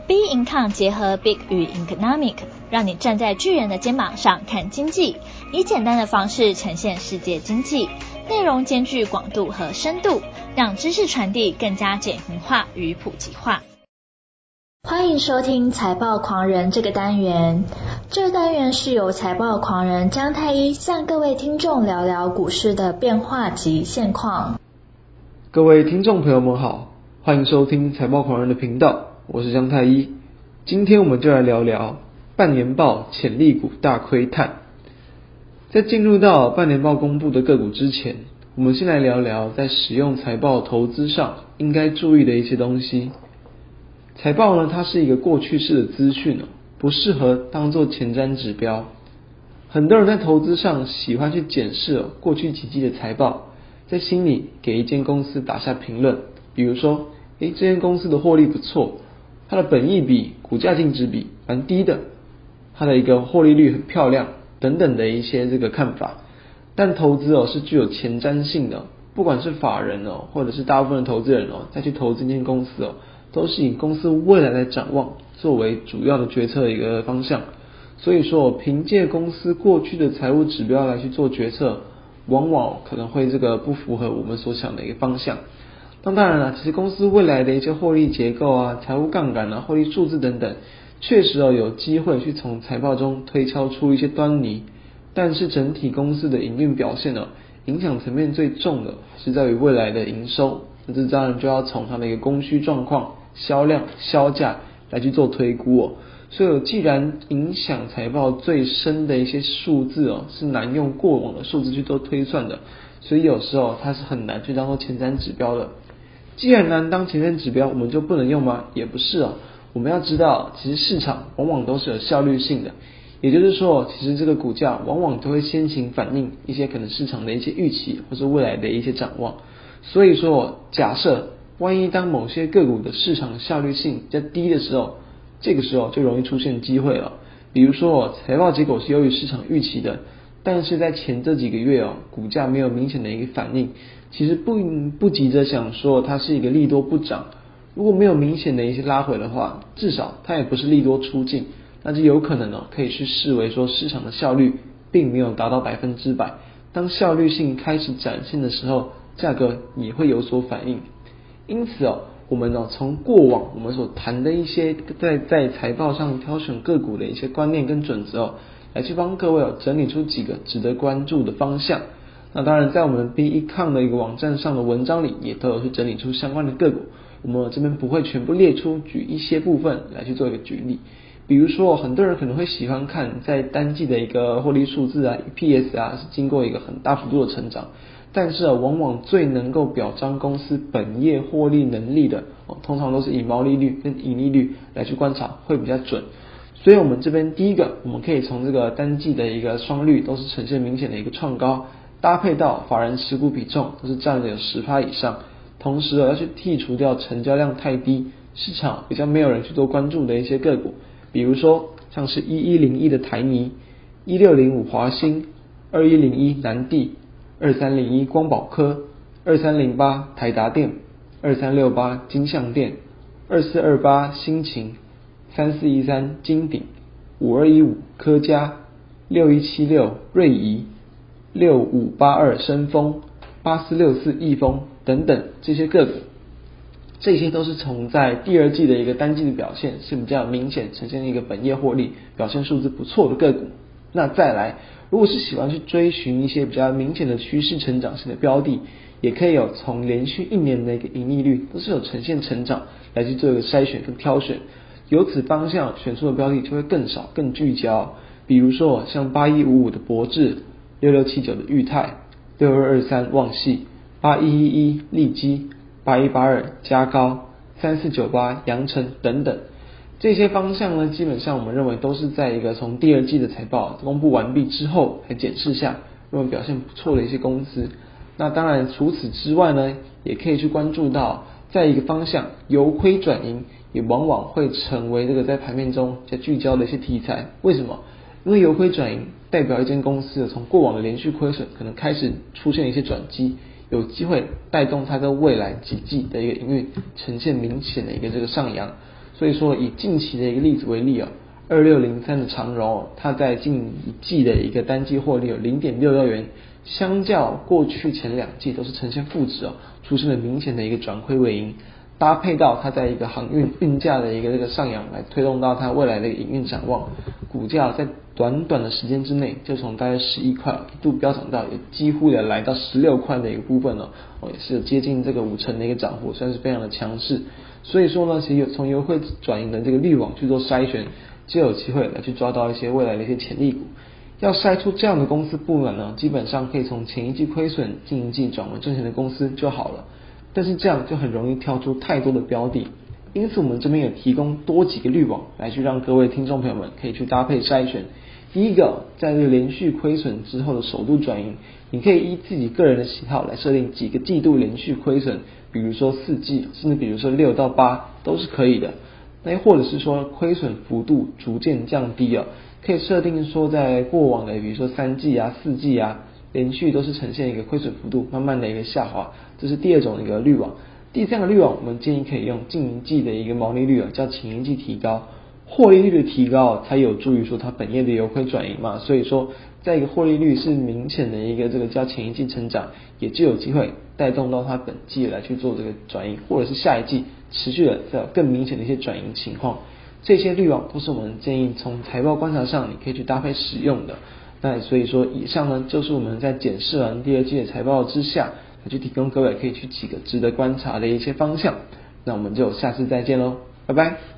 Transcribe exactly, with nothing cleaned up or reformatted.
B Income 结合 Big 与 Economic， 让你站在巨人的肩膀上看经济，以简单的方式呈现世界经济，内容兼具广度和深度，让知识传递更加简明化与普及化。欢迎收听财报狂人这个单元，这个单元是由财报狂人姜太一向各位听众聊聊股市的变化及现况。 各位听众朋友们好，欢迎收听财报狂人的频道，我是姜太一。今天我们就来聊聊半年报潜力股大窥探。在进入到半年报公布的个股之前，我们先来聊聊在使用财报投资上应该注意的一些东西。财报呢，它是一个过去式的资讯，不适合当作前瞻指标。很多人在投资上喜欢去检视过去几季的财报，在心里给一间公司打下评论，比如说诶这间公司的获利不错，它的本益比、股价净值比蛮低的，它的一个获利率很漂亮等等的一些这个看法。但投资哦是具有前瞻性的，不管是法人哦，或者是大部分的投资人哦，再去投资这间公司哦，都是以公司未来的展望作为主要的决策的一个方向。所以说凭借公司过去的财务指标来去做决策，往往可能会这个不符合我们所想的一个方向。那当然了，其实公司未来的一些获利结构啊、财务杠杆啊、获利数字等等，确实哦有机会去从财报中推敲出一些端倪。但是整体公司的营运表现呢，影响层面最重的是在于未来的营收，那这当然就要从它的一个供需状况、销量、销价来去做推估哦。所以既然影响财报最深的一些数字哦，是难用过往的数字去做推算的，所以有时候它是很难去当做前瞻指标的。既然难当前瞻指标，我们就不能用吗？也不是哦。我们要知道，其实市场往往都是有效率性的，也就是说，其实这个股价往往都会先行反映一些可能市场的一些预期，或是未来的一些展望。所以说，假设万一当某些个股的市场效率性比较低的时候，这个时候就容易出现机会了。比如说财报结果是优于市场预期的，但是在前这几个月哦，股价没有明显的一个反应，其实不不急着想说它是一个利多不涨，如果没有明显的一些拉回的话，至少它也不是利多出尽，那就有可能哦可以去视为说市场的效率并没有达到百分之百。当效率性开始展现的时候，价格也会有所反应。因此哦，我们呢、哦、从过往我们所谈的一些在在财报上挑选个股的一些观念跟准则哦，来去帮各位哦整理出几个值得关注的方向。那当然在我们的 B Econ 的一个网站上的文章里也都有去整理出相关的个股，我们这边不会全部列出，举一些部分来去做一个举例。比如说很多人可能会喜欢看在单季的一个获利数字啊 E P S 啊是经过一个很大幅度的成长，但是啊往往最能够表彰公司本业获利能力的哦，通常都是以毛利率跟盈利率来去观察会比较准。所以我们这边第一个我们可以从这个单季的一个双率都是呈现明显的一个创高，搭配到法人持股比重都是占了有 百分之十 以上，同时要去剔除掉成交量太低、市场比较没有人去做关注的一些个股，比如说像是一一零一的台泥、一六零五华兴、二一零一南地、二三零一光宝科、二三零八台达电、二三六八金像电、二四二八新秦、三四一三金鼎、五二一五科嘉、六一七六瑞仪、六五八二深丰、八四六四易丰等等这些个股，这些都是从在第二季的一个单季的表现是比较明显呈现一个本业获利表现数字不错的个股。那再来，如果是喜欢去追寻一些比较明显的趋势成长性的标的，也可以有从连续一年的一个盈利率都是有呈现成长来去做一个筛选跟挑选，由此方向选出的标的就会更少更聚焦。比如说像八一五五的博智、六六七九的裕泰、六二二三旺矽、八一一一利基、八一八二嘉高、三四九八阳城等等，这些方向呢，基本上我们认为都是在一个从第二季的财报公布完毕之后来检视下，认为表现不错的一些公司。那当然除此之外呢，也可以去关注到在一个方向由亏转盈，也往往会成为这个在盘面中在聚焦的一些题材。为什么？因为由亏转盈代表一间公司从过往的连续亏损可能开始出现一些转机，有机会带动它跟未来几季的一个营运呈现明显的一个这个上扬。 所以说以近期的一个例子为例啊，二六零三的长荣，它在近一季的一个单季获利有 零点六二元，相较过去前两季都是呈现负值哦，出现了明显的一个转亏为盈，搭配到它在一个航运运价的一个这个上扬，来推动到它未来的营运展望，股价在短短的时间之内就从大概十一块一度飙涨到也几乎的来到十六块的一个部分哦，也是接近这个五成的一个涨幅，算是非常的强势。所以说呢，其实从由汇转盈的这个滤网去做筛选，就有机会来去抓到一些未来的一些潜力股。要筛出这样的公司不难呢，基本上可以从前一季亏损近一季转为挣钱的公司就好了。但是这样就很容易挑出太多的标的，因此我们这边有提供多几个滤网来去让各位听众朋友们可以去搭配筛选。第一个，在这个连续亏损之后的首度转盈，你可以依自己个人的喜好来设定几个季度连续亏损，比如说四季，甚至比如说六到八都是可以的。那或者是说亏损幅度逐渐降低啊，可以设定说在过往的比如说三季啊、四季啊，连续都是呈现一个亏损幅度慢慢的一个下滑，这是第二种一个滤网。第三个滤网，我们建议可以用近一季的一个毛利率啊，较前一季提高。获利率的提高才有助于说它本业的由亏转盈嘛，所以说在一个获利率是明显的一个这个较前一季成长，也就有机会带动到它本季来去做这个转盈，或者是下一季持续的在有更明显的一些转盈情况。这些滤网都是我们建议从财报观察上你可以去搭配使用的。那所以说以上呢就是我们在检视完第二季的财报之下，来去提供各位可以去几个值得观察的一些方向。那我们就下次再见喽，拜拜。